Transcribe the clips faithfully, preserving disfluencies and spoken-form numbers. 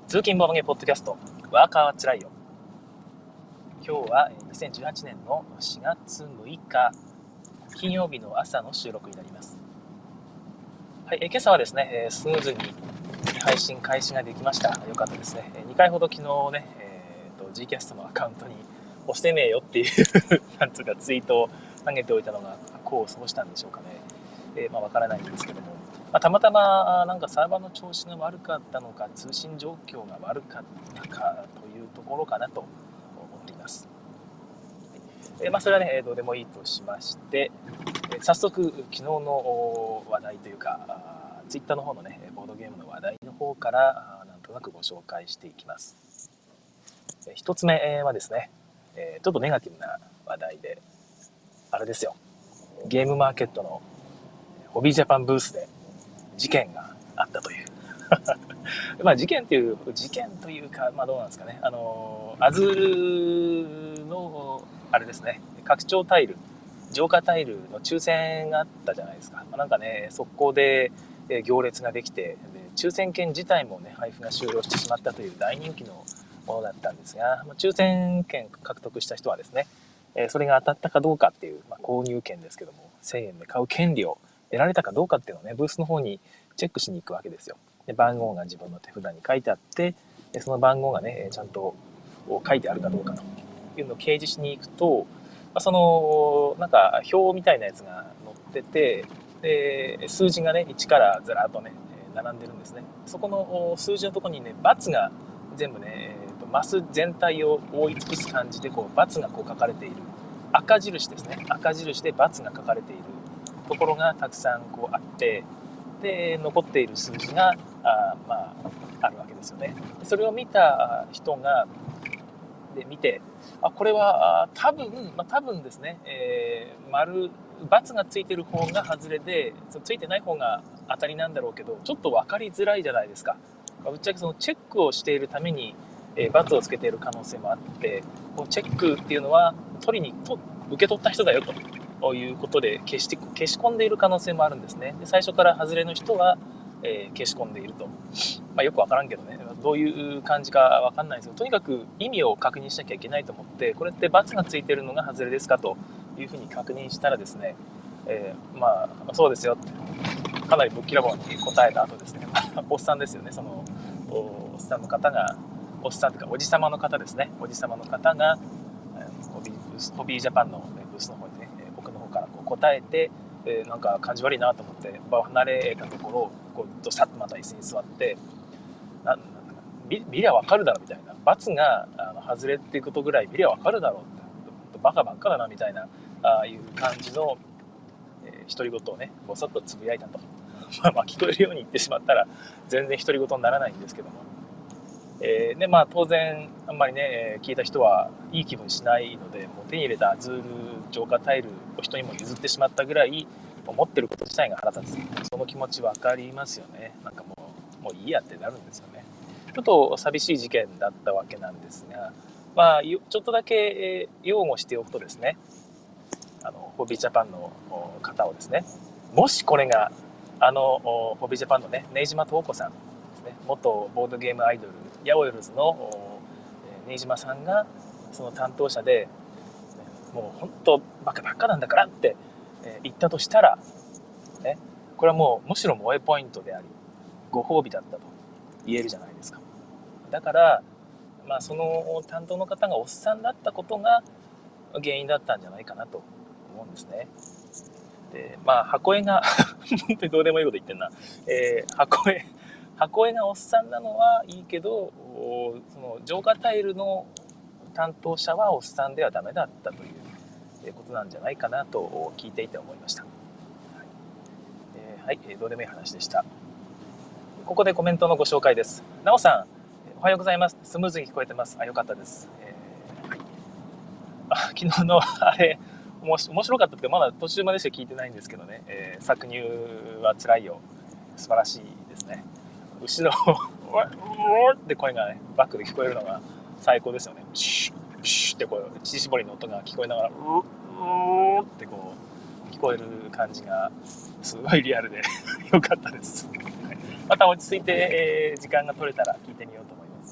通勤ボードゲーポッドキャストワーカーはつらいよ。今日はにせんじゅうはちねんのしがつむいか金曜日の朝の収録になります。はい、え今朝はですね、スムーズに配信開始ができました。よかったですね。にかいほど昨日ね、えー、と G キャストのアカウントに押してねえよっていうなんつうかツイートを投げておいたのが功を奏したんでしょうかね。えー、まあわからないんですけども、まあ、たまたまなんかサーバーの調子が悪かったのか通信状況が悪かったかというところかなと思っています。えーまあ、それはねどうでもいいとしまして、えー、早速昨日の話題というかツイッターの方のねボードゲームの話題の方からなんとなくご紹介していきます。えー、一つ目はですね、えー、ちょっとネガティブな話題であれですよ、ゲームマーケットのホビージャパンブースで事件があったというまあ事件という事件というか、まあどうなんですかね、あのアズールのあれですね、拡張タイル、浄化タイルの抽選があったじゃないですか。まあ、なんかね速攻で行列ができて、で抽選券自体もね配布が終了してしまったという大人気のものだったんですが、まあ、抽選券獲得した人はですね、それが当たったかどうかっていう、まあ、購入券ですけどもせんえんで買う権利を得られたかどうかっていうのをねブースの方にチェックしに行くわけですよ。で番号が自分の手札に書いてあって、でその番号がねちゃんと書いてあるかどうかというのを掲示しに行くと、まあ、そのなんか表みたいなやつが載ってて、で数字がねいちからずらっとね並んでるんですね。そこの数字のところにね×が全部ね、えー、とマス全体を覆い尽くす感じでこう×がこう書かれている、赤印ですね、赤印で×が書かれているところがたくさんこうあって、で残っている数字があ,、まあ、あるわけですよね。それを見た人がで見て、あこれは多分、まあ、多分ですね、えー、丸×がついてる方が外れでついてない方が当たりなんだろうけど、ちょっと分かりづらいじゃないですか。ぶっちゃけそのチェックをしているために、えー、×をつけている可能性もあって、このチェックっていうのは取りにと受け取った人だよということで消して消し込んでいる可能性もあるんですね。で最初から外れの人は、えー、消し込んでいると、まあ、よく分からんけどね、どういう感じか分かんないですけど、とにかく意味を確認しなきゃいけないと思って、これって×がついてるのが外れですかというふうに確認したらですね、えー、まあそうですよってかなりぶっきらぼうに答えた後ですねおっさんですよね、そのおっさんの方が、おっさんというかおじさまの方ですね、おじさまの方がホビー、ホビージャパンのブースの方にね僕の方からこう答えて、えー、なんか感じ悪いなと思って場を離れたところをこうどさっとまた椅子に座って、ななん見りゃ分かるだろみたいな、×があの外れっていうことぐらい見りゃ分かるだろうってバカばっかだなみたいなああいう感じの、えー、独り言をねぼそっとつぶやいたとまあまあ聞こえるように言ってしまったら全然独り言にならないんですけども、えー、でまあ当然あんまりね聞いた人はいい気分しないので、もう手に入れたアズール浄化タイルを人にも譲ってしまったぐらい持ってること自体が腹立つ。その気持ち分かりますよね。なんかもうもういいやってなるんですよね。ちょっと寂しい事件だったわけなんですが、まあ、ちょっとだけ擁護しておくとですね、あのホビージャパンの方をですね、もしこれがあのホビージャパンのね根島東子さんですね、元ボードゲームアイドルヤオヨルズの根島さんがその担当者で、もう本当バカバカなんだからって言ったとしたら、ね、これはもうむしろ萌えポイントでありご褒美だったと言えるじゃないですか。だから、まあ、その担当の方がおっさんだったことが原因だったんじゃないかなと思うんですね。でまあ箱絵が本当にどうでもいいこと言ってんな、えー、箱絵箱絵がおっさんなのはいいけど、その浄化タイルの担当者はおっさんではダメだったということなんじゃないかなと聞いていて思いました。はい、えーはい、どうでもいい話でした。ここでコメントのご紹介です。なおさん、おはようございます。スムーズに聞こえてます。あ、よかったです。えーはい、あ昨日のあれ面白かったってまだ途中までしか聞いてないんですけどね、えー、搾乳はつらいよ、素晴らしいですね。後ろって声がねバックで聞こえるのが最高ですよね。シュッシュッってこう乳搾りの音が聞こえながらうーってこう聞こえる感じがすごいリアルでよかったです。また落ち着いて、えー、時間が取れたら聞いてみようと思います。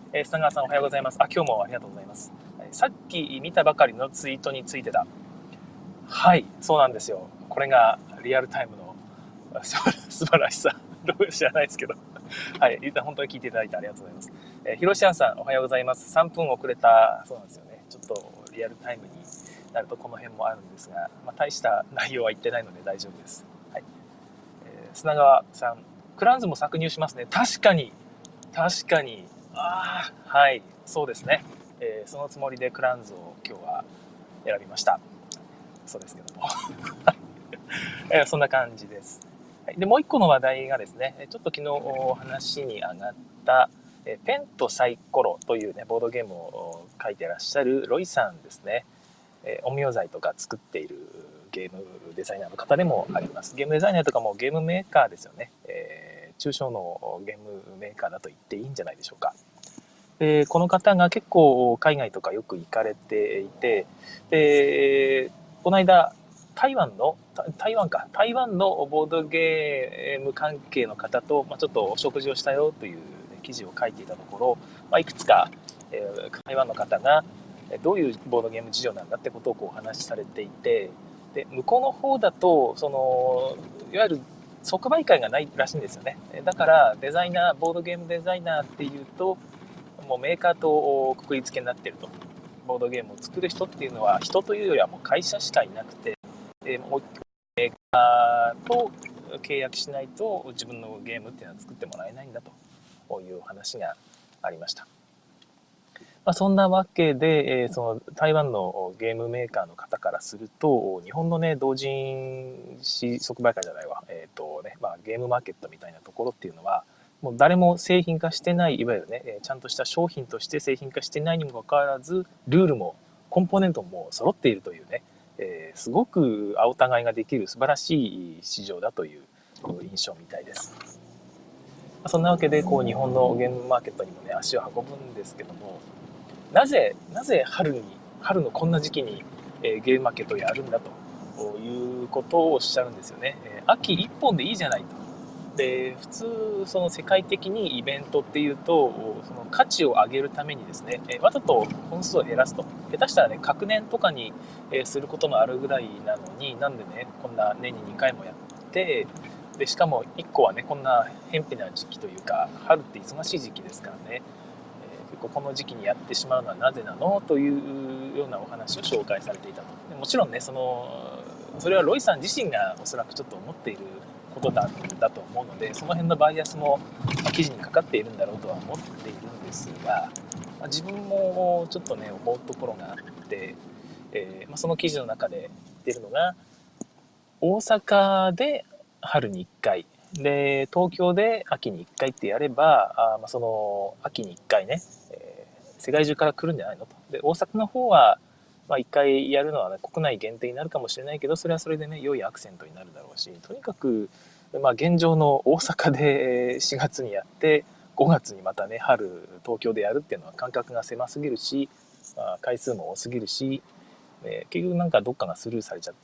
えー、砂川さんおはようございます。あ、今日もありがとうございます。さっき見たばかりのツイートについてだ。はい、そうなんですよ。これがリアルタイムの素晴らしさ。どう知らないですけど。はい、本当に聞いていただいてありがとうございます。えー、ひろしあんさんおはようございます。さんぷん遅れたそうなんですよね。ちょっとリアルタイムになるとこの辺もあるんですが、まあ、大した内容は言ってないので大丈夫です。はい。えー、砂川さん、クランズも搾乳しますね。確かに、確かに。ああ、はい、そうですね。えー、そのつもりでクランズを今日は選びました。そうですけども。えー、そんな感じです。でもう一個の話題がですね、ちょっと昨日話に上がったペンとサイコロというねボードゲームを書いてらっしゃるロイさんですね。陰陽剤とか作っているゲームデザイナーの方でもあります。ゲームデザイナーとかもゲームメーカーですよね。えー、中小のゲームメーカーだと言っていいんじゃないでしょうか。でこの方が結構海外とかよく行かれていて、でこの間台湾の台湾か台湾のボードゲーム関係の方と、まあ、ちょっとお食事をしたよという記事を書いていたところ、まあ、いくつか、えー、台湾の方がどういうボードゲーム事情なんだってことをこうお話しされていて、で向こうの方だとそのいわゆる即売会がないらしいんですよね。だからデザイナーボードゲームデザイナーっていうともうメーカーとくくりつけになっていると。ボードゲームを作る人っていうのは人というよりはもう会社しかいなくて、でもうメーカーと契約しないと自分のゲームっていうのは作ってもらえないんだという話がありました。まあ、そんなわけで、えー、その台湾のゲームメーカーの方からすると日本のね同人誌即売会じゃないわ、えーとねまあ、ゲームマーケットみたいなところっていうのはもう誰も製品化してないいわゆるねちゃんとした商品として製品化してないにもかかわらずルールもコンポーネントも揃っているというね、えー、すごく青互いができる素晴らしい市場だという印象みたいです。そんなわけでこう日本のゲームマーケットにもね足を運ぶんですけども、なぜなぜ春に春のこんな時期に、えー、ゲームマーケットをやるんだということをおっしゃるんですよね。えー、秋一本でいいじゃないと。で普通その世界的にイベントっていうとその価値を上げるためにですね、えー、わざと本数を減らすと下手したらね隔年とかに、えー、することもあるぐらいなのになんでねこんな年ににかいもやってでしかもいっこはねこんな偏僻な時期というか春って忙しい時期ですからね、結構この時期にやってしまうのはなぜなのというようなお話を紹介されていたと。もちろんねそのそれはロイさん自身がおそらくちょっと思っていることだだと思うのでその辺のバイアスも記事にかかっているんだろうとは思っているんですが、まあ、自分もちょっとね思うところがあって、えーまあ、その記事の中で言っているのが大阪で春にいっかいで東京で秋にいっかいってやればあ、まあ、その秋にいっかいね、えー、世界中から来るんじゃないのと。で大阪の方は、まあ、いっかいやるのは、ね、国内限定になるかもしれないけどそれはそれでね良いアクセントになるだろうしとにかく、まあ、現状の大阪でしがつにやってごがつにまたね春東京でやるっていうのは間隔が狭すぎるし、まあ、回数も多すぎるし、えー、結局なんかどっかがスルーされちゃって、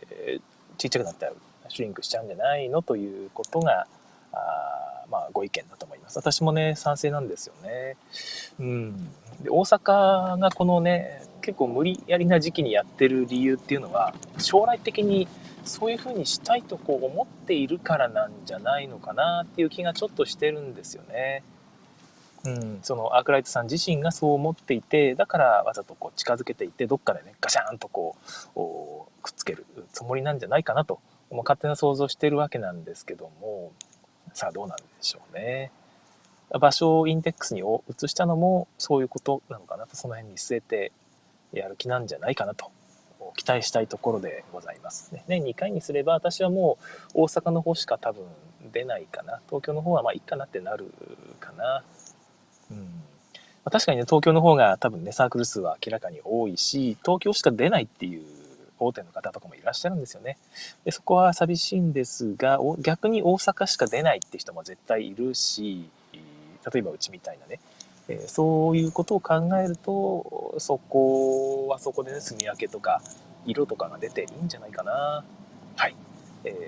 えー、ちっちゃくなっちゃうシュリンクしちゃうんじゃないのということがあ、まあ、ご意見だと思います。私もね賛成なんですよね。うん、で大阪がこのね結構無理やりな時期にやってる理由っていうのは将来的にそういう風にしたいとこう思っているからなんじゃないのかなっていう気がちょっとしてるんですよね。うん、そのアークライトさん自身がそう思っていてだからわざとこう近づけていってどっかでねガシャーンとこうくっつけるつもりなんじゃないかなともう勝手な想像してるわけなんですけども、さあどうなんでしょうね。場所をインデックスに移したのもそういうことなのかなとその辺に据えてやる気なんじゃないかなと期待したいところでございますね。年にかいにすれば私はもう大阪の方しか多分出ないかな、東京の方はまあいいかなってなるかな。うん、確かにね東京の方が多分ねサークル数は明らかに多いし東京しか出ないっていう大手の方とかもいらっしゃるんですよね。でそこは寂しいんですが逆に大阪しか出ないって人も絶対いるし例えばうちみたいなね、えー、そういうことを考えるとそこはそこでね住み分けとか色とかが出ていいんじゃないかな。はい、え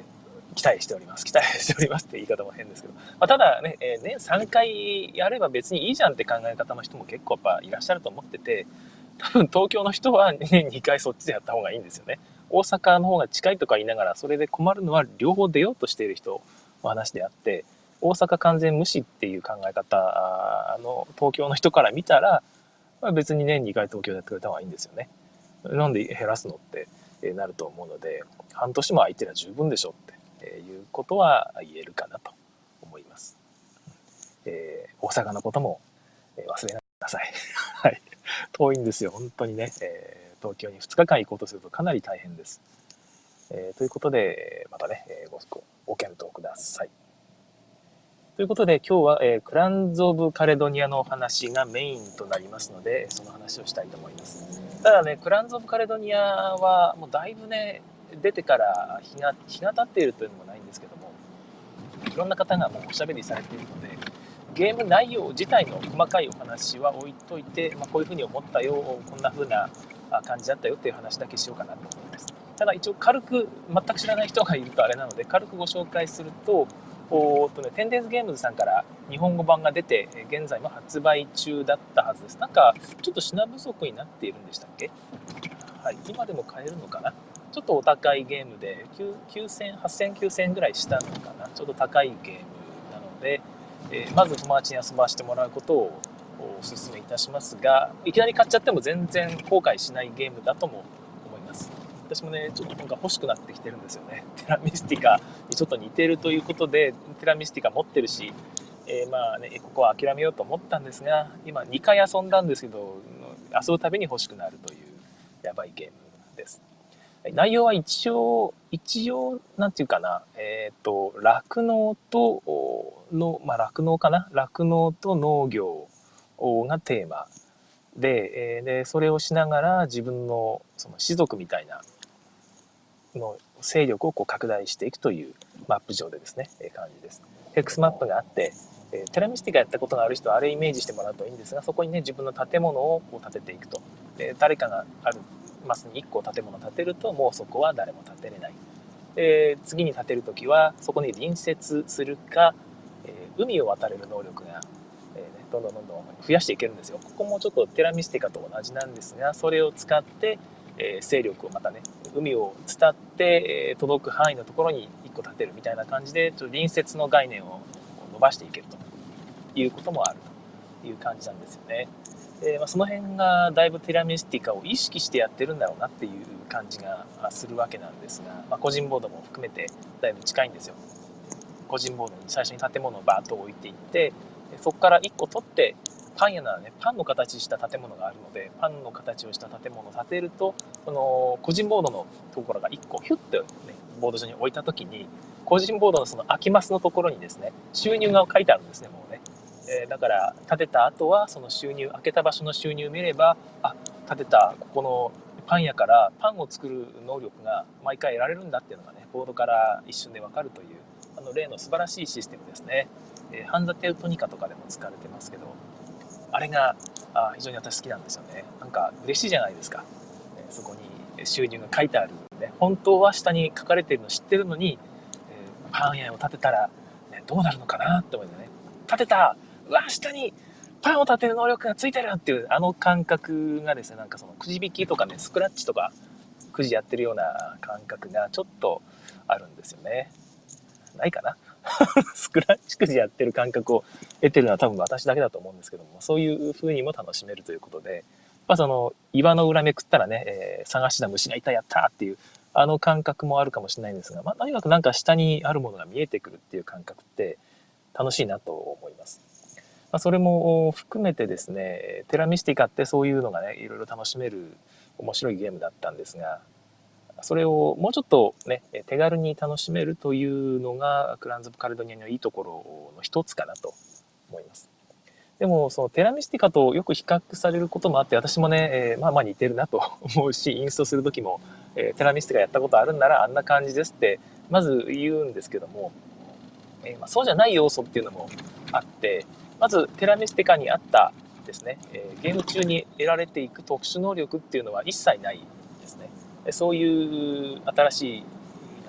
期待しております。期待しておりますって言い方も変ですけど、まあ、ただね、えー、年さんかいやれば別にいいじゃんって考え方の人も結構やっぱいらっしゃると思ってて、多分東京の人は年にかいそっちでやった方がいいんですよね。大阪の方が近いとか言いながら、それで困るのは両方出ようとしている人の話であって、大阪完全無視っていう考え方の東京の人から見たら、まあ、別に年にかい東京でやってくれた方がいいんですよね。なんで減らすのってなると思うので、半年も空いてりゃ十分でしょっていうことは言えるかなと思います。えー、大阪のことも忘れないでください。はい。遠いんですよ、本当にね。えー、東京にふつかかん行こうとするとかなり大変です。えー、ということで、またね、ご, ご検討ください。ということで今日は、えー、クランズ・オブ・カレドニアのお話がメインとなりますので、その話をしたいと思います。ただね、クランズ・オブ・カレドニアはもうだいぶね、出てから日が日が経っているというのもないんですけども、いろんな方がもうおしゃべりされているので、ゲーム内容自体の細かいお話は置いといて、まあ、こういうふうに思ったよ、こんなふうな感じだったよっていう話だけしようかなと思います。ただ一応軽く、全く知らない人がいるとあれなので、軽くご紹介すると、おーっとね、テンデンズゲームズさんから日本語版が出て、現在も発売中だったはずです。なんか、ちょっと品不足になっているんでしたっけ？はい、今でも買えるのかな？ちょっとお高いゲームで、きゅうせん、はっせん、きゅうせんぐらいしたのかな？ちょっと高いゲームなので、えー、まず友達に遊ばせてもらうことをお勧めいたしますが、いきなり買っちゃっても全然後悔しないゲームだとも思います。私もね、ちょっとなんか欲しくなってきてるんですよね。テラミスティカにちょっと似てるということで、テラミスティカ持ってるし、えー、まあね、ここは諦めようと思ったんですが、今にかい遊んだんですけど、遊ぶたびに欲しくなるというやばいゲームです。内容は一応、一応、なんていうかな、えっと、酪農と、の、まあ、酪農かな酪農と農業がテーマで、で、それをしながら自分のその士族みたいなの勢力をこう拡大していくというマップ上でですね、感じです。ヘックスマップがあって、テラミスティカやったことがある人はあれイメージしてもらうといいんですが、そこにね、自分の建物をこう建てていくと。で、誰かがあるマスにいっこ建物を建てると、もうそこは誰も建てれない。で、次に建てるときは、そこに隣接するか、えー、海を渡れる能力が、えーね、どんどんどんどん増やしていけるんですよ。ここもちょっとテラミスティカと同じなんですが、それを使って、えー、勢力をまたね、海を伝って、えー、届く範囲のところにいっこ建てるみたいな感じで、ちょっと隣接の概念を伸ばしていけるということもあるという感じなんですよね。で、まあ、その辺がだいぶテラミスティカを意識してやってるんだろうなっていう感じがするわけなんですが、まあ、個人ボードも含めてだいぶ近いんですよ。個人ボードに最初に建物をバーッと置いていって、そこからいっこ取って、パン屋ならね、パンの形した建物があるので、パンの形をした建物を建てると、この個人ボードのところがいっこヒュッと、ね、ボード上に置いた時に、個人ボードのその空きマスのところにですね、収入が書いてあるんですね、もうね。えー、だから建てた後はその収入、開けた場所の収入を見れば、あ、建てたここのパン屋からパンを作る能力が毎回得られるんだっていうのがね、ボードから一瞬でわかるという、あの例の素晴らしいシステムですね。えー、ハンザテウトニカとかでも使われてますけど、あれがあ非常に私好きなんですよね。なんか嬉しいじゃないですか。えー、そこに収入が書いてある、ね。本当は下に書かれているの知ってるのに、えー、パン屋を建てたら、ね、どうなるのかなって思ってね。建てた、うわ、下にパンを立てる能力がついてるっていうあの感覚がですね、なんかそのくじ引きとかね、スクラッチとかくじやってるような感覚がちょっとあるんですよね。ないかなスクラッチくじやってる感覚を得てるのは多分私だけだと思うんですけども、そういう風にも楽しめるということで、まあ、その岩の裏めくったらね、えー、探しだ虫がいたやったっていうあの感覚もあるかもしれないんですが、まあ、とにかくなんか下にあるものが見えてくるっていう感覚って楽しいなと思います。まあ、それも含めてですね、テラミスティカってそういうのがね、いろいろ楽しめる面白いゲームだったんですが、それをもうちょっとね、手軽に楽しめるというのがクランズ・オブ・カレドニアのいいところの一つかなと思います。でも、そのテラミスティカとよく比較されることもあって、私もね、えー、まあまあ似てるなと思うし、インストするときも、えー、テラミスティカやったことあるんならあんな感じですって、まず言うんですけども、えーまあ、そうじゃない要素っていうのもあって、まずテラミスティカにあったですね、えー、ゲーム中に得られていく特殊能力っていうのは一切ないですね。そういう新しい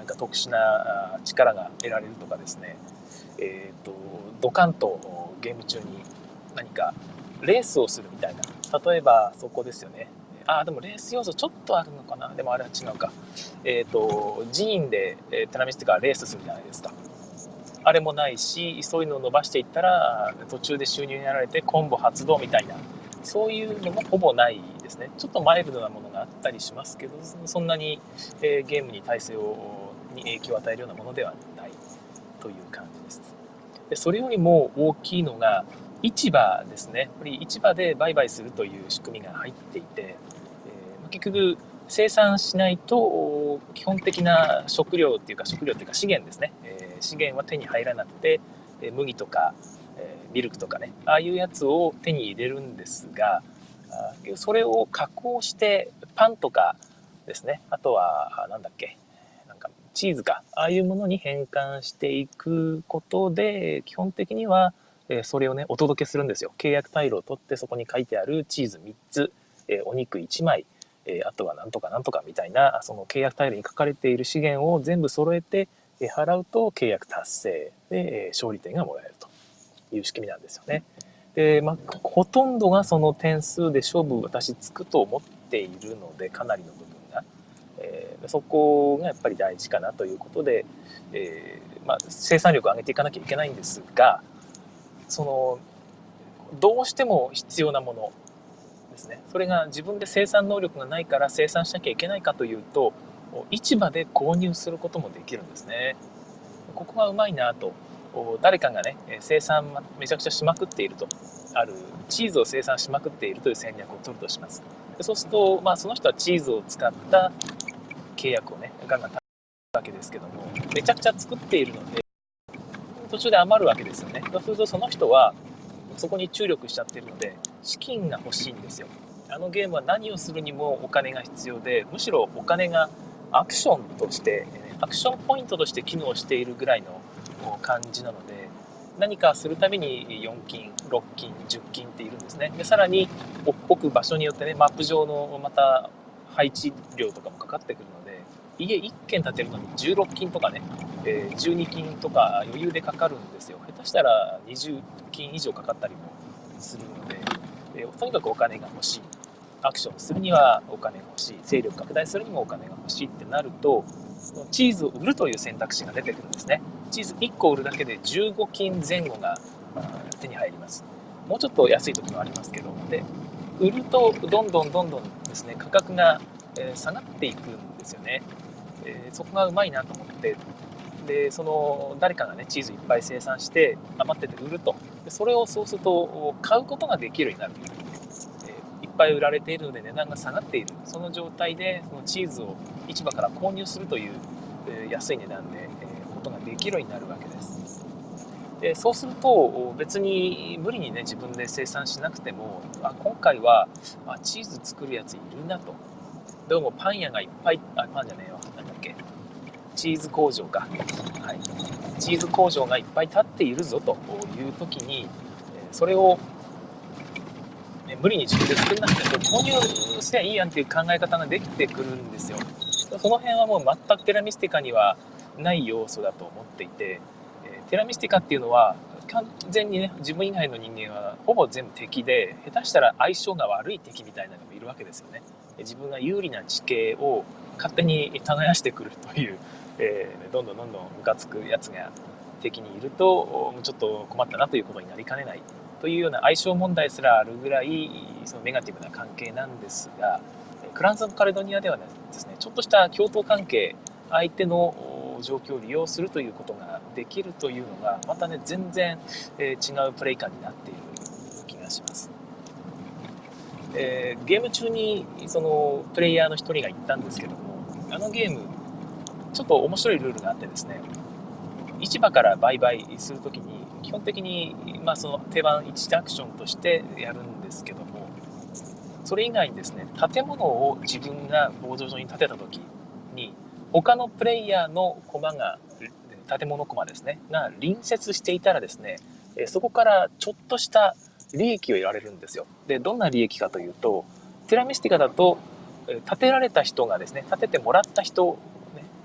なんか特殊な力が得られるとかですね、えーと、ドカンとゲーム中に何かレースをするみたいな、例えばそこですよね。あ、でもレース要素ちょっとあるのかな。でもあれは違うか。えっ、ー、と寺院で、えー、テラミスティカはレースするじゃないですか。あれもないし、そういうのを伸ばしていったら途中で収入になられてコンボ発動みたいな、そういうのもほぼないですね。ちょっとマイルドなものがあったりしますけど、そんなに、えー、ゲームに体制をに影響を与えるようなものではないという感じです。でそれよりも大きいのが市場ですね。やっぱり市場で売買するという仕組みが入っていて、えー、結局生産しないと基本的な食料っていうか食料っていうか資源ですね、えー、資源は手に入らなくて、えー、麦とか、えー、ミルクとかね、ああいうやつを手に入れるんですが、あそれを加工してパンとかですね、あとはなんだっけ、なんかチーズか、ああいうものに変換していくことで基本的にはそれをねお届けするんですよ。契約タイルを取ってそこに書いてあるチーズみっつ、えー、お肉いちまい、えー、あとはなんとかなんとかみたいなその契約タイルに書かれている資源を全部揃えて払うと契約達成で勝利点がもらえるという仕組みなんですよね。で、まあ、ほとんどがその点数で勝負私つくと思っているので、かなりの部分が、えー、そこがやっぱり大事かなということで、えーまあ、生産力を上げていかなきゃいけないんですが、そのどうしても必要なものですね、それが自分で生産能力がないから生産しなきゃいけないかというと、市場で購入することもできるんですね。ここがうまいなと。誰かがね生産めちゃくちゃしまくっていると、あるチーズを生産しまくっているという戦略を取るとします。でそうすると、まあ、その人はチーズを使った契約をねガンガン立てるわけですけども、めちゃくちゃ作っているので途中で余るわけですよね。そうするとその人はそこに注力しちゃってるので資金が欲しいんですよ。あのゲームは何をするにもお金が必要で、むしろお金がアクションとしてアクションポイントとして機能しているぐらいの感じなので、何かするたびによん金ろっ金じゅっ金っているんですね。でさらに置く場所によってね、マップ上のまた配置料とかもかかってくるので、家いっ軒建てるのにじゅうろっ金とかね、えー、じゅうに金とか余裕でかかるんですよ。下手したらにじゅう金以上かかったりもするので、えー、とにかくお金が欲しい。アクションするにはお金が欲しい。勢力拡大するにもお金が欲しいってなると、チーズを売るという選択肢が出てくるんですね。チーズいっこ売るだけでじゅうご金前後が手に入ります。もうちょっと安い時もありますけど、で売るとどんどんどんどんですね価格が下がっていくんですよね。そこがうまいなと思って、でその誰かがねチーズいっぱい生産して余ってて売ると、でそれをそうすると買うことができるようになる。いっぱい売られているので値段が下がっている、その状態でそのチーズを市場から購入するという安い値段でことができるようになるわけです。でそうすると別に無理にね自分で生産しなくても、あ今回はあチーズ作るやついるなと、どうもパン屋がいっぱい、あパンじゃねえわ、なんだっけ、チーズ工場か、はい、チーズ工場がいっぱい建っているぞという時に、それを無理に自分で作らなくても購入すりゃいいやんっていう考え方ができてくるんですよ。その辺はもう全くテラミスティカにはない要素だと思っていて、テラミスティカっていうのは完全にね自分以外の人間はほぼ全部敵で、下手したら相性が悪い敵みたいなのもいるわけですよね。自分が有利な地形を勝手に耕してくるという、えー、どんどんどんどんムカつくやつが敵にいるとちょっと困ったなということになりかねないというような相性問題すらあるぐらいそのネガティブな関係なんですが、クランズ・オブ・カレドニアではですね、ちょっとした共闘関係、相手の状況を利用するということができるというのがまたね全然違うプレイ感になっている気がします。えー、ゲーム中にそのプレイヤーの一人が言ったんですけども、あのゲームちょっと面白いルールがあってですね、市場から売買するときに基本的に、まあ、その定番いちアクションとしてやるんですけども、それ以外にですね建物を自分がボード上に建てたときに他のプレイヤーの駒が建物駒ですねが隣接していたらですね、そこからちょっとした利益を得られるんですよ。でどんな利益かというと、テラミスティカだと建てられた人がですね建ててもらった人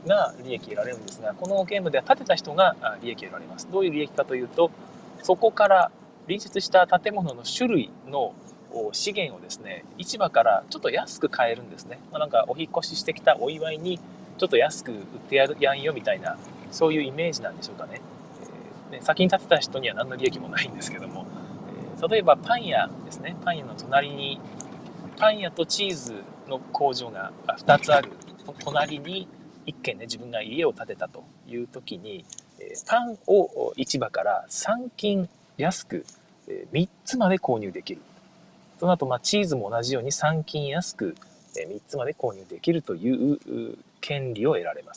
が利益を得られるんですが、このゲームでは建てた人が利益を得られます。どういう利益かというと、そこから隣接した建物の種類の資源をですね、市場からちょっと安く買えるんですね。まあ、なんかお引越ししてきたお祝いにちょっと安く売ってやるやんよみたいな、そういうイメージなんでしょうかね。えー、ね先に建てた人には何の利益もないんですけども、えー、例えばパン屋ですね。パン屋の隣にパン屋とチーズの工場がふたつある隣にいっけんね、自分が家を建てたという時に、パンを市場からさん金安くみっつまで購入できる。その後、まあ、チーズも同じようにさん金安くみっつまで購入できるという権利を得られます。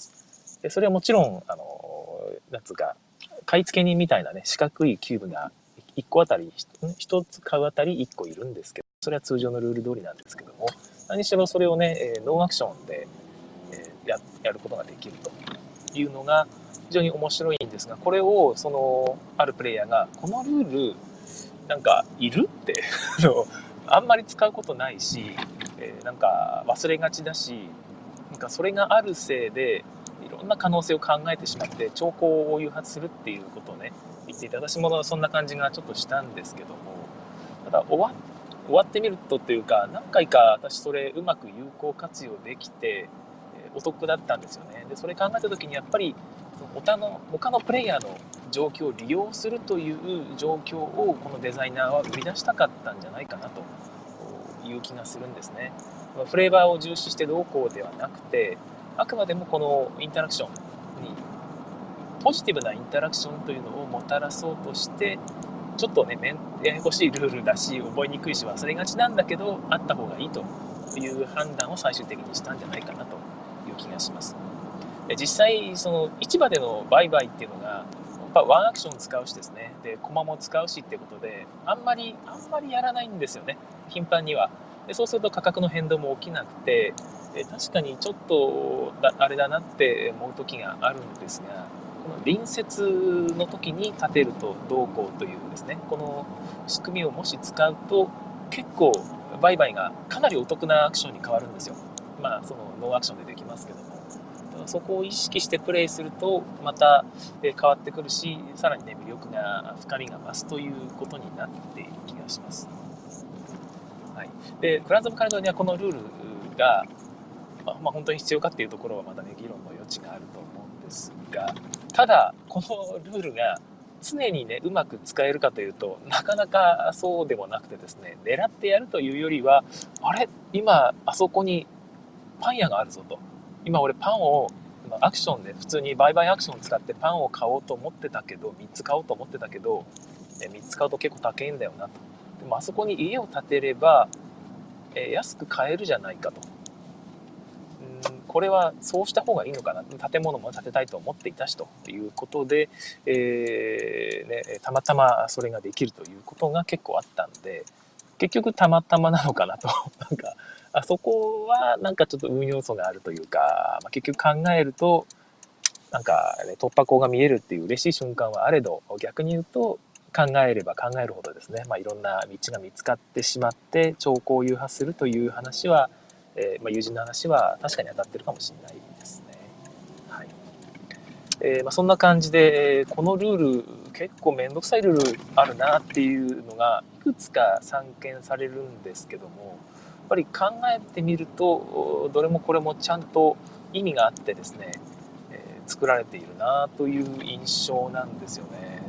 でそれはもちろん、あの、なんつうか、買い付け人みたいなね、四角いキューブがいっこあたり、ひとつ買うあたりいっこいるんですけど、それは通常のルール通りなんですけども、何しろそれをね、ノーアクションでややることができるというのが非常に面白いんですが、これをそのあるプレイヤーがこのルールなんかいるってあんまり使うことないし、えー、なんか忘れがちだし、なんかそれがあるせいでいろんな可能性を考えてしまって兆候を誘発するっていうことをね言っていて、私もそんな感じがちょっとしたんですけども、ただ終わ終わってみるとというか、何回か私それうまく有効活用できてお得だったんですよね。でそれ考えた時にやっぱり他の他のプレイヤーの状況を利用するという状況をこのデザイナーは生み出したかったんじゃないかなという気がするんですね。フレーバーを重視してどうこうではなくて、あくまでもこのインタラクションにポジティブなインタラクションというのをもたらそうとして、ちょっとねややこしいルールだし覚えにくいし忘れがちなんだけどあった方がいいという判断を最終的にしたんじゃないかなという気がします。実際その市場での売買っていうのがやっぱワンアクション使うしですね、で駒も使うしっていうことであんまりあんまりやらないんですよね、頻繁には。でそうすると価格の変動も起きなくて、確かにちょっとあれだなって思う時があるんですが、この隣接の時に立てるとどうこうというですね、この仕組みをもし使うと結構売買がかなりお得なアクションに変わるんですよ。まあそのノーアクションでできますけども、そこを意識してプレイするとまた変わってくるし、さらにね魅力が深みが増すということになっている気がします。はい、でクランズ・オブ・カルドにはこのルールが、まあ、まあ本当に必要かっていうところはまたね議論の余地があると思うんですが、ただこのルールが常にねうまく使えるかというとなかなかそうでもなくてですね、狙ってやるというよりは、あれ今あそこにパン屋があるぞと、今俺パンをアクションで普通に売買アクションを使ってパンを買おうと思ってたけどみっつ買おうと思ってたけどみっつ買うと結構高いんだよなと。でもあそこに家を建てれば安く買えるじゃないかと。うんこれはそうした方がいいのかな、建物も建てたいと思っていたしということで、えーね、たまたまそれができるということが結構あったんで、結局たまたまなのかなとなんかあそこはなんかちょっと運要素があるというか、まあ、結局考えるとなんか、ね、突破口が見えるっていう嬉しい瞬間はあれど、逆に言うと考えれば考えるほどですね、まあ、いろんな道が見つかってしまって兆候を誘発するという話は、えーまあ、友人の話は確かに当たってるかもしれないですね。はい。えーまあ、そんな感じでこのルール結構めんどくさいルールあるなっていうのがいくつか散見されるんですけども、やっぱり考えてみるとどれもこれもちゃんと意味があってですね、えー、作られているなという印象なんですよね。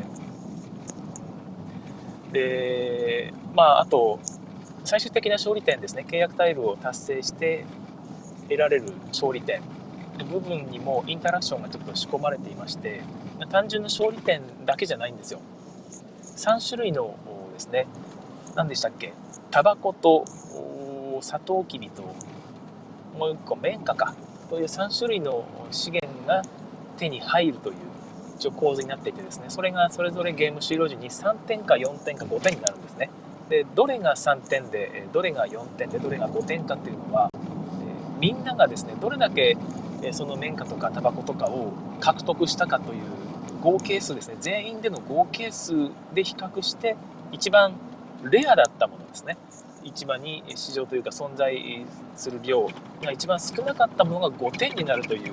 でまああと最終的な勝利点ですね、契約タイルを達成して得られる勝利点の部分にもインタラクションがちょっと仕込まれていまして、単純な勝利点だけじゃないんですよ。さん種類のですね、何でしたっけ、タバコとサトウキビともういっこ綿花かというさん種類の資源が手に入るという一応構図になっていてですね、それがそれぞれゲーム終了時にさんてんかよんてんかごてんになるんですね。でどれがさんてんでどれがよんてんでどれがごてんかっていうのは、みんながですねどれだけその綿花とかタバコとかを獲得したかという合計数ですね、全員での合計数で比較して一番レアだったものですね、市場に市場というか存在する量が一番少なかったものがごてんになるという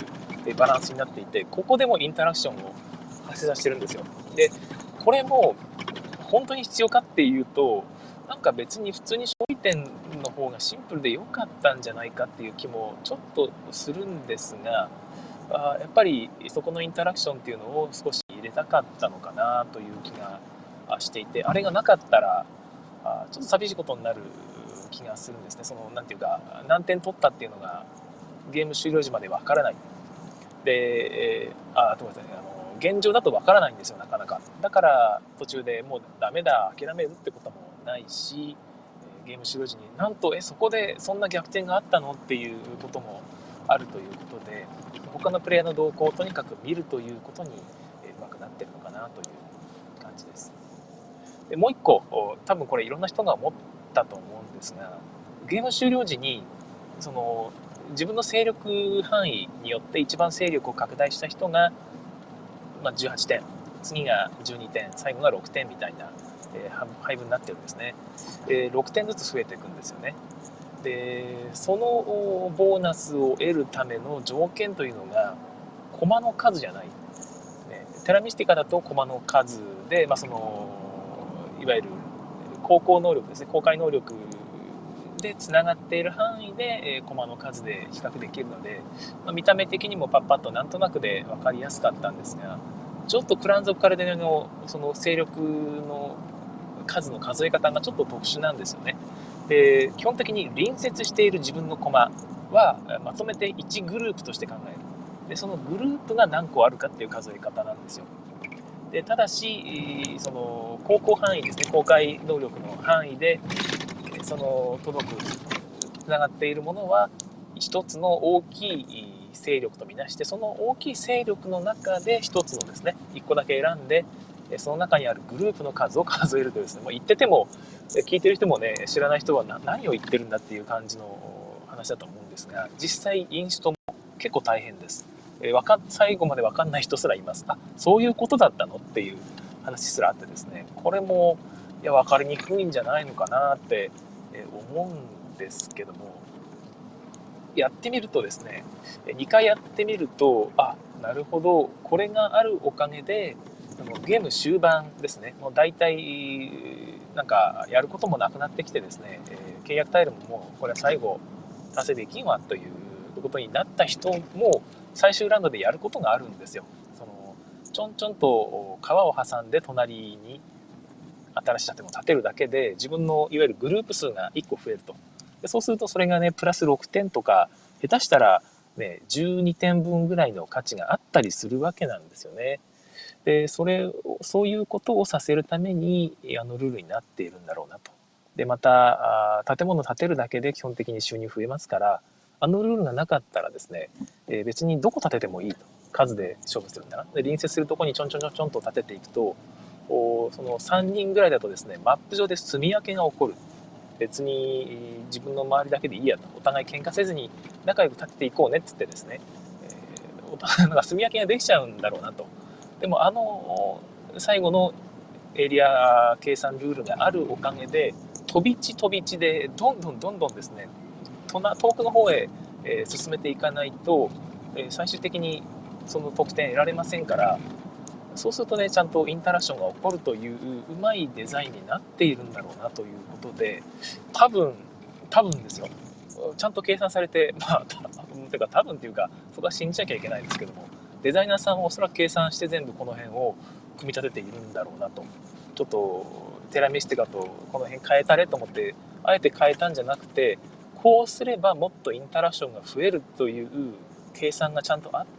バランスになっていて、ここでもインタラクションを発生させてるんですよ。でこれも本当に必要かっていうと、なんか別に普通に勝利点の方がシンプルで良かったんじゃないかっていう気もちょっとするんですが、あやっぱりそこのインタラクションっていうのを少し入れたかったのかなという気がしていて、あれがなかったらあちょっと寂しいことになる気がするんですね。そのなんていうか、何点取ったっていうのがゲーム終了時までわからない。で、えー、あ、ごめんなさい、あの現状だとわからないんですよ、なかなか。だから途中でもうダメだ、諦めるってこともないし、ゲーム終了時になんとえそこでそんな逆転があったのっていうこともあるということで、他のプレイヤーの動向をとにかく見るということにうまくなってるのかなという感じです。でもう一個、多分これいろんな人が思ったと思うんですが、ゲーム終了時にその自分の勢力範囲によって一番勢力を拡大した人が、まあ、じゅうはちてん、次がじゅうにてん、最後がろくてんみたいな、えー、配分になってるんですね。でろくてんずつ増えていくんですよね。でそのボーナスを得るための条件というのが駒の数じゃない、ね、テラミスティカだと駒の数で、まあ、そのいわゆる航行能力ですね、航海能力でつながっている範囲で、えー、駒の数で比較できるので、まあ、見た目的にもパッパッとなんとなくで分かりやすかったんですが、ちょっとクランズ・オブ・カルデネのその勢力の数の数え方がちょっと特殊なんですよね。で基本的に隣接している自分の駒はまとめていちグループとして考える。でそのグループが何個あるかっていう数え方なんですよ。でただしその航行範囲ですね、航海能力の範囲でその届くつながっているものは一つの大きい勢力とみなして、その大きい勢力の中で一つのですねいっこだけ選んで、その中にあるグループの数を数えるとですね、もう言ってても聞いてる人もね、知らない人は何を言ってるんだっていう感じの話だと思うんですが、実際インストも結構大変です。えわか最後まで分かんない人すらいます。あ、そういうことだったのっていう話すらあってですね、これもいや分かりにくいんじゃないのかなって思うんですけども、やってみるとですね、にかいやってみると、あ、なるほど、これがあるおかげでゲーム終盤ですね、もう大体なんかやることもなくなってきてですね、契約タイルももうこれは最後達成できんわということになった人も最終ラウンドでやることがあるんですよ。そのちょんちょんと川を挟んで隣に新しい建物を建てるだけで自分のいわゆるグループ数がいっこ増えると。でそうするとそれがねプラスろくてんとか下手したらねじゅうにてんぶんぐらいの価値があったりするわけなんですよね。でそれをそういうことをさせるためにあのルールになっているんだろうなと。でまた建物を建てるだけで基本的に収入増えますから、あのルールがなかったらですね、えー、別にどこ建ててもいいと、数で勝負するんだな。で隣接するところにちょんちょんちょんちょんと建てていくと、そのさんにんぐらいだとですね、マップ上で住み分けが起こる。別に自分の周りだけでいいやと、お互い喧嘩せずに仲良く立てていこうねっつってですね、えー、お互いなんか住み分けができちゃうんだろうなと。でもあの最後のエリア計算ルールがあるおかげで、飛び地飛び地でどんどんどんどんですね、遠くの方へ進めていかないと最終的にその得点得られませんから、そうするとね、ちゃんとインタラクションが起こるといううまいデザインになっているんだろうなということで、多分多分ですよ、ちゃんと計算されて、まあてか多分っていうかそこは信じなきゃいけないですけども、デザイナーさんはおそらく計算して全部この辺を組み立てているんだろうなと。ちょっとテラミスティカとこの辺変えたれと思ってあえて変えたんじゃなくて、こうすればもっとインタラクションが増えるという計算がちゃんとあって、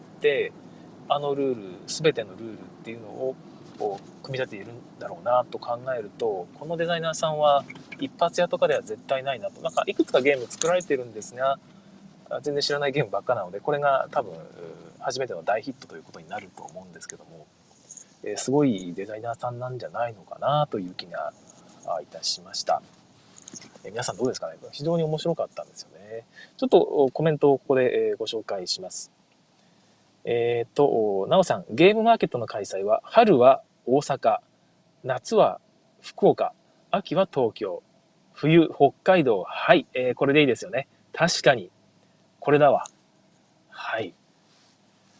あのルール全てのルールっていうのをこう組み立てているんだろうなと考えると、このデザイナーさんは一発屋とかでは絶対ないなと。なんかいくつかゲーム作られてるんですが、全然知らないゲームばっかなので、これが多分初めての大ヒットということになると思うんですけども、えー、すごいデザイナーさんなんじゃないのかなという気がいたしました。えー、皆さんどうですかね。非常に面白かったんですよね。ちょっとコメントをここでご紹介します。えっと、なおさん、ゲームマーケットの開催は、春は大阪、夏は福岡、秋は東京、冬、北海道。はい、えー、これでいいですよね。確かに、これだわ。はい。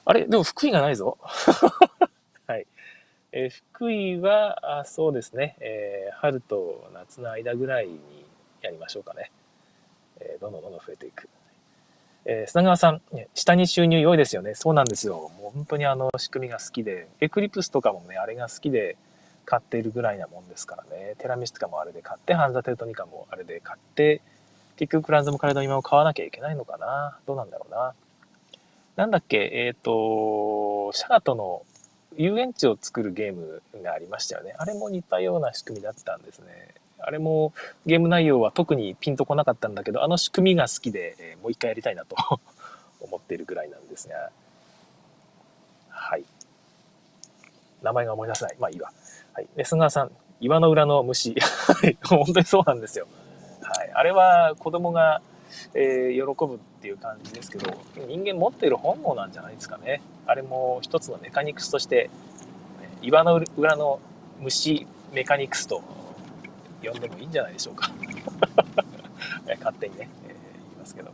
あれでも福井がないぞ。はい。えー福井は、あ、そうですね、えー春と夏の間ぐらいにやりましょうかね。えーどんどんどんどん増えていく。えー砂川さん、ね下に収入良いですよね。そうなんですよ。もう本当にあの仕組みが好きで、エクリプスとかもね、あれが好きで買っているぐらいなもんですからね。テラミスとかもあれで買って、ハンザテルトニカもあれで買って、結局クランズもカレド今も買わなきゃいけないのかな。どうなんだろうな。なんだっけ、えっ、と、シャガトの遊園地を作るゲームがありましたよね。あれも似たような仕組みだったんですね。あれもゲーム内容は特にピンとこなかったんだけど、あの仕組みが好きで、えーもう一回やりたいなと思っているぐらいなんですが、はい。名前が思い出せない。まあいいわ。はい。で、菅川さん、岩の裏の虫。はい。本当にそうなんですよ。はい。あれは子供が、えー喜ぶっていう感じですけど、人間持っている本能なんじゃないですかね。あれも一つのメカニクスとして、岩の裏の虫メカニクスと呼んでもいいんじゃないでしょうか。勝手にね、えー言いますけど。はい、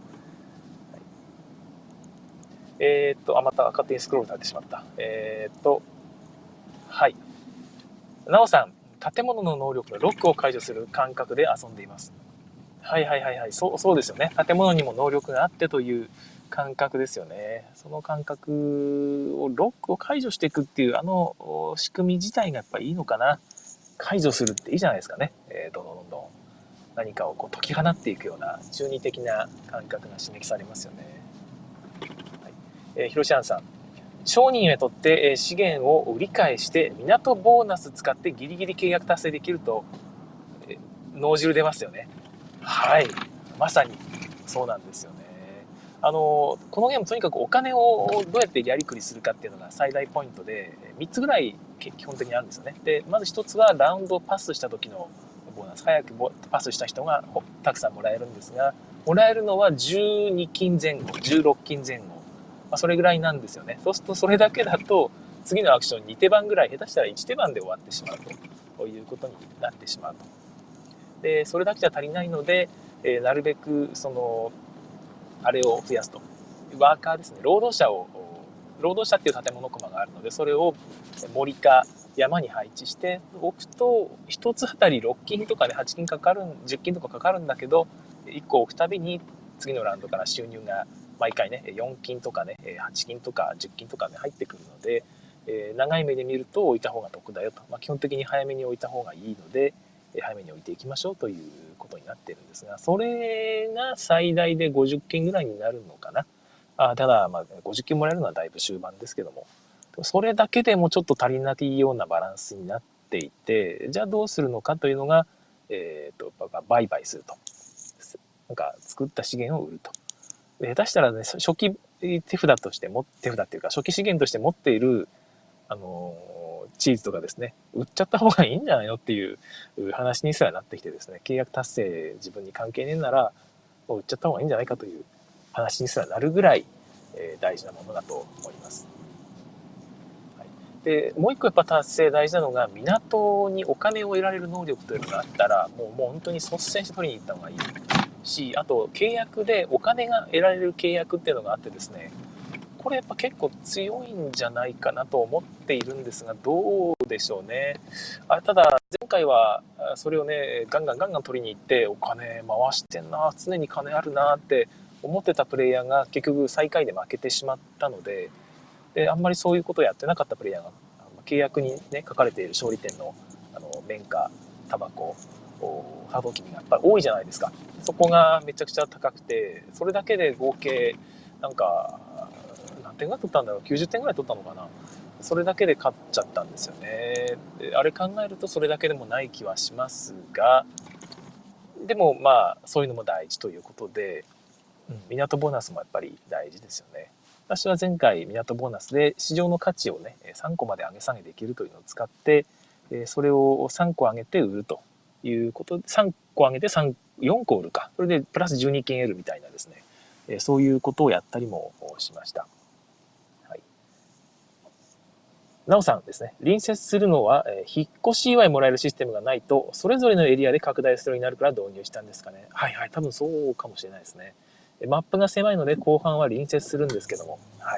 えー、っと、あ、また勝手にスクロールされてしまった。えー、っと、はい。なおさん、建物の能力のロックを解除する感覚で遊んでいます。はいはいはいはい。そう、そうですよね。建物にも能力があってという感覚ですよね。その感覚を、ロックを解除していくっていう、あの仕組み自体がやっぱりいいのかな。解除するっていいじゃないですかね。えー、どんどんどんどん何かをこう解き放っていくような中二的な感覚が刺激されますよね。はい、えー、ひろしあんさん。商人へとって資源を売り買いして港ボーナス使ってギリギリ契約達成できると脳汁出ますよね。はい。まさにそうなんですよね。あの、このゲームとにかくお金をどうやってやりくりするかっていうのが最大ポイントで、みっつぐらい基本的にあるんですよね。で、まずひとつはラウンドをパスした時のボーナス。早くパスした人がたくさんもらえるんですが、もらえるのはじゅうに金前後、じゅうろく金前後。まあ、それぐらいなんですよね。そうするとそれだけだと、次のアクションに手番ぐらい、下手したらいち手番で終わってしまうということになってしまうと。で、それだけじゃ足りないので、えーなるべくそのあれを増やすと。ワーカーですね。労働者を、労働者っていう建物コマがあるので、それを森か山に配置しておくと、ひとつあたりろっ金とかではち金かかる、じゅっ金とかかかるんだけど、いっこ置くたびに次のラウンドから収入が毎回ね、よん金とかね、はち金とかじゅっ金とかね、入ってくるので、えー長い目で見ると置いた方が得だよと。まあ、基本的に早めに置いた方がいいので、早めに置いていきましょうということになっているんですが、それが最大でごじゅっ金ぐらいになるのかな。あただ、まあ、ごじゅっ金もらえるのはだいぶ終盤ですけども、それだけでもちょっと足りないようなバランスになっていて、じゃあどうするのかというのが、えっ、ー、と、売買すると。なんか作った資源を売ると。下手したらね、初期手札としても、手札っていうか、初期資源として持っている、あのー、チーズとかですね、売っちゃった方がいいんじゃないのっていう話にすらなってきてですね、契約達成自分に関係ねえなら、もう売っちゃった方がいいんじゃないかという話にすらなるぐらい、えー、大事なものだと思います。はい、で、もう一個やっぱ達成大事なのが、港にお金を得られる能力というのがあったら、もうもう本当に率先して取りに行った方がいいし、あと契約でお金が得られる契約っていうのがあってですね、これやっぱ結構強いんじゃないかなと思っているんですが、どうでしょうね。あただ、前回はそれをね、ガンガンガンガン取りに行って、お金回してんな、常に金あるなって思ってたプレイヤーが結局最下位で負けてしまったので、であんまりそういうことをやってなかったプレイヤーが、契約にね、書かれている勝利点の、あの、綿花、タバコ、ハードキビがやっぱり多いじゃないですか。そこがめちゃくちゃ高くて、それだけで合計、なんか、何点ぐらい取ったんだろう、きゅうじゅってんぐらい取ったのかな。それだけで勝っちゃったんですよね。であれ考えるとそれだけでもない気はしますが、でもまあそういうのも大事ということで、うん、港ボーナスもやっぱり大事ですよね。私は前回港ボーナスで市場の価値をねさんこまで上げ下げできるというのを使って、それをさんこ上げて売るということで、さんこ上げてさん、よんこ売るか、それでプラスじゅうに金得るみたいなですね、そういうことをやったりもしました。はい、なおさんですね、隣接するのは、えー、引っ越し祝いもらえるシステムがないと、それぞれのエリアで拡大するようになるから導入したんですかね。はいはい、多分そうかもしれないですね。マップが狭いので後半は隣接するんですけども、はい。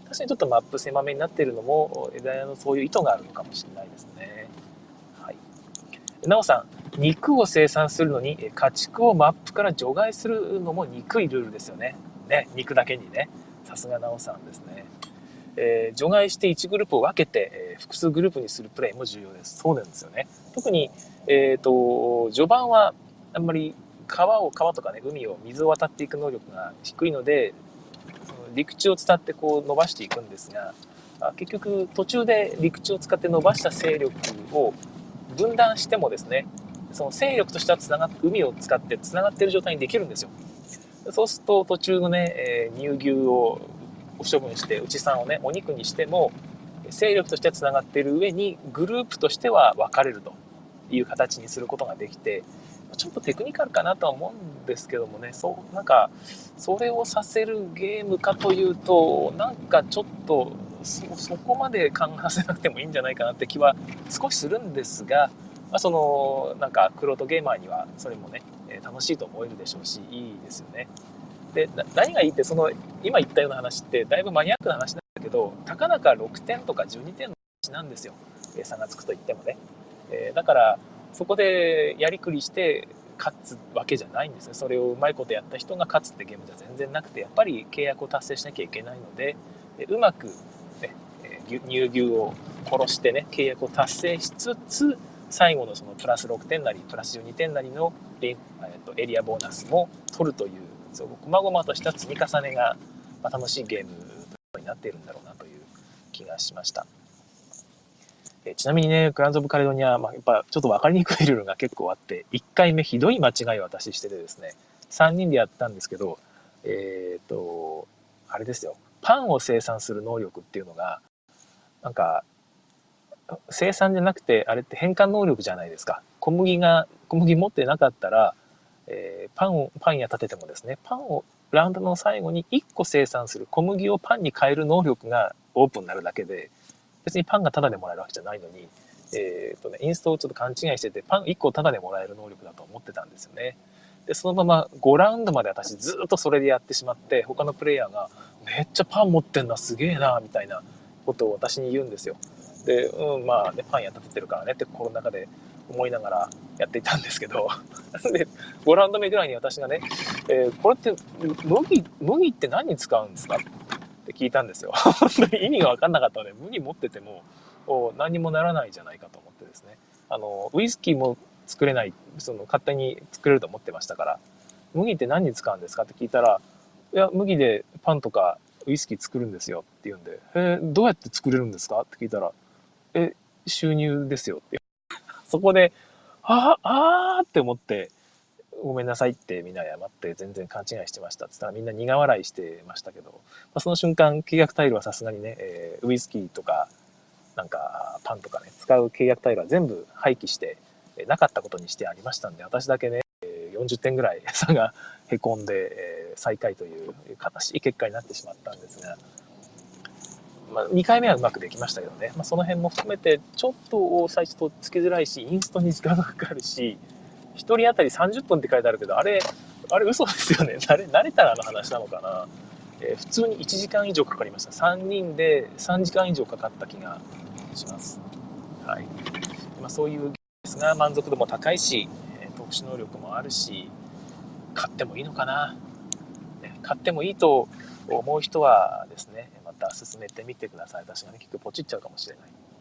確かにちょっとマップ狭めになっているのも枝屋のそういう意図があるのかもしれないですね。はい。なおさん、肉を生産するのに家畜をマップから除外するのも憎いルールですよね。ね、肉だけにね。さすがなおさんですね。えー、除外していちグループを分けて、えー、複数グループにするプレイも重要です。そうなんですよね。特に、えーと、序盤はあんまり川を川とかね、海を水を渡っていく能力が低いので、陸地を伝ってこう伸ばしていくんですが、結局途中で陸地を使って伸ばした勢力を分断してもですね、その勢力としてはつながっ海を使ってつながっている状態にできるんですよ。そうすると途中のね、えー、乳牛を処分して牛さんをねお肉にしても勢力としてはつながっている上にグループとしては分かれるという形にすることができて、ちょっとテクニカルかなとは思うんですけどもね、そうなんかそれをさせるゲームかというと、なんかちょっと そ, そこまで考えさせなくてもいいんじゃないかなって気は少しするんですが、まあ、そのなんかクロートゲーマーにはそれもね楽しいと思えるでしょうし、いいですよね。で何がいいって、その今言ったような話ってだいぶマニアックな話なんだけど、たかだかろくてんとかじゅうにてんの話なんですよ、差がつくと言ってもね。えー、だからそこでやりくりして勝つわけじゃないんですね。それをうまいことやった人が勝つってゲームじゃ全然なくて、やっぱり契約を達成しなきゃいけないので、うまく、ね、乳牛を殺してね契約を達成しつつ、最後のそのプラスろくてんなりプラスじゅうにてんなりのエリアボーナスも取るという、そう細々とした積み重ねが楽しいゲームになっているんだろうなという気がしました。ちなみにね、クランズ・オブ・カレドニア、まあ、やっぱちょっと分かりにくいルールが結構あって、いっかいめひどい間違いを私しててですね、さんにんでやったんですけど、えっと、あれですよ、パンを生産する能力っていうのが、なんか、生産じゃなくて、あれって変換能力じゃないですか。小麦が、小麦持ってなかったら、えー、パンを、パン屋立ててもですね、パンをラウンドの最後にいっこ生産する、小麦をパンに変える能力がオープンになるだけで、別にパンがタダでもらえるわけじゃないのに、えーとね、インストをちょっと勘違いしてて、パンいっこタダでもらえる能力だと思ってたんですよね。で、そのままごラウンドまで私ずっとそれでやってしまって、他のプレイヤーが、めっちゃパン持ってんな、すげえな、みたいなことを私に言うんですよ。で、うん、まあね、パンや立ててるからねって心の中で思いながらやっていたんですけど、で、ごラウンド目ぐらいに私がね、えー、これって麦、麦って何に使うんですかって聞いたんですよ。本当に意味が分かんなかったので、麦持ってても何にもならないじゃないかと思ってですね、あのウイスキーも作れない、その勝手に作れると思ってましたから、麦って何に使うんですかって聞いたら、いや麦でパンとかウイスキー作るんですよって言うんで、えー、どうやって作れるんですかって聞いたら、え収入ですよって。そこでああーって思って、ごめんなさいってみんな謝って全然勘違いしてましたって言ったらみんな苦笑いしてましたけど、まあ、その瞬間契約タイルはさすがにね、えー、ウイスキーとかなんかパンとかね使う契約タイルは全部廃棄してなかったことにしてありましたんで、私だけねよんじゅってんぐらい差がへこんで、えー、最下位という悲しい結果になってしまったんですが、まあ、にかいめはうまくできましたけどね、まあ、その辺も含めてちょっと最初とっつきづらいし、インストに時間がかかるし、ひとり当たりさんじゅっぷんって書いてあるけど、あれ、あれ嘘ですよね。慣れ慣れたらの話なのかな。えー、普通にいちじかん以上かかりました。さんにんでさんじかん以上かかった気がします。はい。まあ、そういうゲームですが、満足度も高いし、えー、特殊能力もあるし、買ってもいいのかな。買ってもいいと思う人はですね、また進めてみてください。私がね、結局ポチっちゃうかもしれない。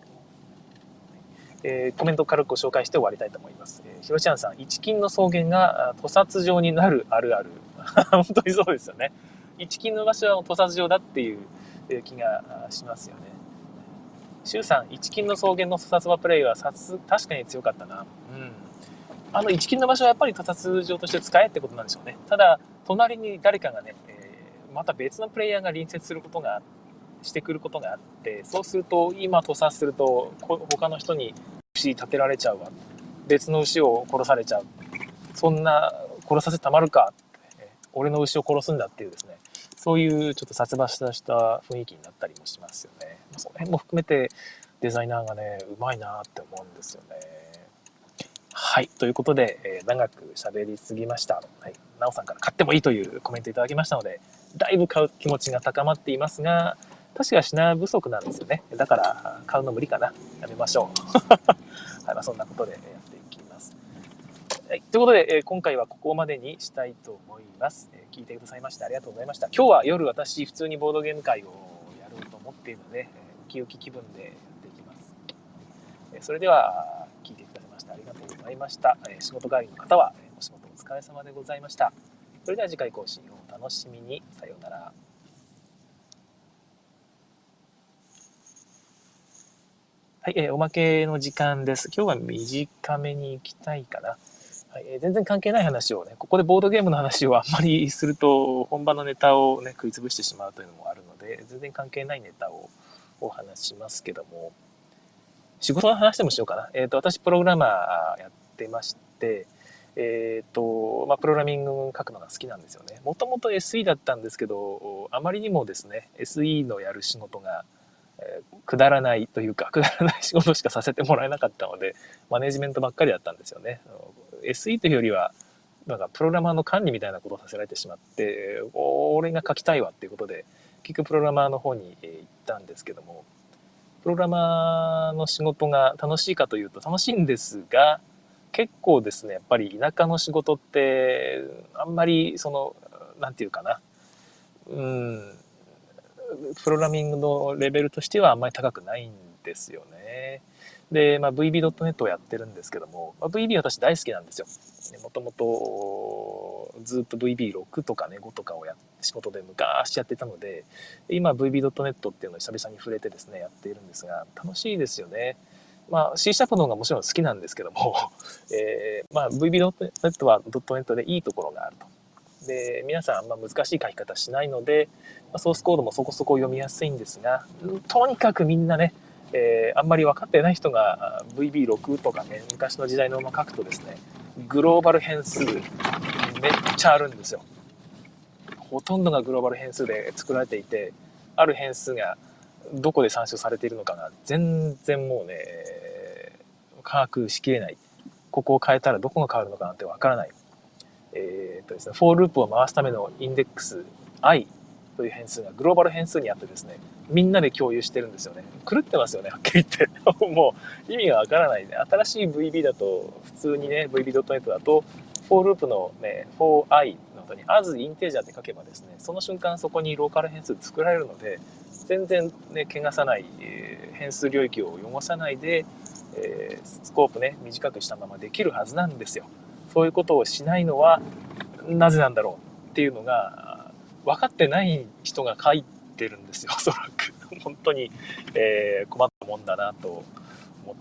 えー、コメントを軽くご紹介して終わりたいと思います。えー、ひろちゃんさん、一金の草原が屠殺場になるあるある。本当にそうですよね。一金の場所は屠殺場だっていう気がしますよね。シュウさん、一金の草原の屠殺場プレイは確かに強かったな。うん。あの一金の場所はやっぱり屠殺場として使えってことなんでしょうね。ただ、隣に誰かがね、えー、また別のプレイヤーが隣接することがしてくることがあって、そうすると今屠殺すると他の人に牛立てられちゃうわ、別の牛を殺されちゃう、そんな殺させたまるかって、俺の牛を殺すんだっていうですね、そういうちょっと殺伐とした雰囲気になったりもしますよね。その辺も含めてデザイナーがねうまいなって思うんですよね。はい、ということで、えー、長く喋りすぎました。はい、なおさんから買ってもいいというコメントいただきましたので、だいぶ買う気持ちが高まっていますが、 確か品不足なんですよね。だから買うの無理かな。やめましょう。はい、まあ、そんなことでやっていきます。はい、ということで、えー、今回はここまでにしたいと思います、えー。聞いてくださいましてありがとうございました。今日は夜私普通にボードゲーム会をやろうと思っているので、えー、ウキウキ気分でやっていきます。えー、それでは聞いてくださいましてありがとうございました。えー、仕事帰りの方は、えー、お仕事お疲れ様でございました。それでは次回更新をお楽しみに。さようなら。はい、えー、おまけの時間です。今日は短めに行きたいかな。はい、えー、全然関係ない話をね、ここでボードゲームの話をあんまりすると本場のネタをね食いつぶしてしまうというのもあるので、全然関係ないネタをお話しますけども、仕事の話でもしようかな。えっ、ー、と私プログラマーやってまして、えっ、ー、とまあプログラミング書くのが好きなんですよね。もともと エスイー だったんですけど、あまりにもですね エスイー のやる仕事がえー、くだらないというかくだらない仕事しかさせてもらえなかったのでマネジメントばっかりだったんですよね。 エスイー というよりはなんかプログラマーの管理みたいなことをさせられてしまって、俺が書きたいわっていうことで結局プログラマーの方に行ったんですけども、プログラマーの仕事が楽しいかというと楽しいんですが、結構ですねやっぱり田舎の仕事ってあんまりそのなんていうかな、うんプログラミングのレベルとしてはあんまり高くないんですよね。で、まあ、ブイビードットネット をやってるんですけども、まあ、ブイビー 私大好きなんですよ。もともとずっと ブイビーろく とかねごとかをや仕事で昔やってたので、今 ブイビードットネット っていうのを久々に触れてですねやっているんですが楽しいですよね。まあ C シャープの方がもちろん好きなんですけども、えー、まあ ブイビードットネット はドットネットでいいところがあると。で皆さんあんま難しい書き方しないのでソースコードもそこそこ読みやすいんですが、とにかくみんなね、えー、あんまり分かってない人が ブイビーろく とかね昔の時代のまま書くとですねグローバル変数めっちゃあるんですよ。ほとんどがグローバル変数で作られていて、ある変数がどこで参照されているのかが全然もうね把握しきれない。ここを変えたらどこが変わるのかなんて分からない。えーとですね、フォーループを回すためのインデックス i という変数がグローバル変数にあってですね、みんなで共有してるんですよね。狂ってますよね、はっきり言ってもう意味がわからないね。新しい ブイビー だと普通にね ブイビードットネット だとフォーループのね フォーアイ の後に as インテージャーって書けばですね、その瞬間そこにローカル変数作られるので全然ね汚さない、えー、変数領域を汚さないで、えー、スコープね短くしたままできるはずなんですよ。そういうことをしないのはなぜなんだろうっていうのが分かってない人が書いてるんですよ、おそらく。本当に、えー、困ったもんだなと思って、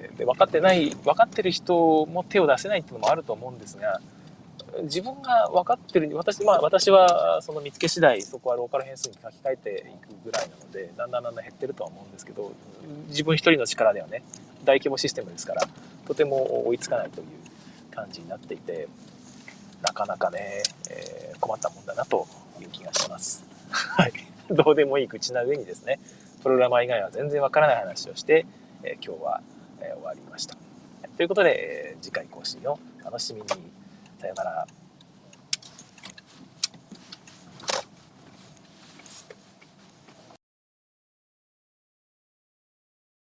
で分かってない分かってる人も手を出せないっていうのもあると思うんですが、自分が分かってる私、まあ、私はその見つけ次第そこはローカル変数に書き換えていくぐらいなのでだんだんだんだん減ってるとは思うんですけど、自分一人の力ではね大規模システムですからとても追いつかないという感じになっていて、なかなかね、えー、困ったもんだなという気がします。はい。どうでもいい口な上にですね、プログラマー以外は全然わからない話をして、えー、今日は、えー、終わりました。ということで、えー、次回更新を楽しみに。さよなら。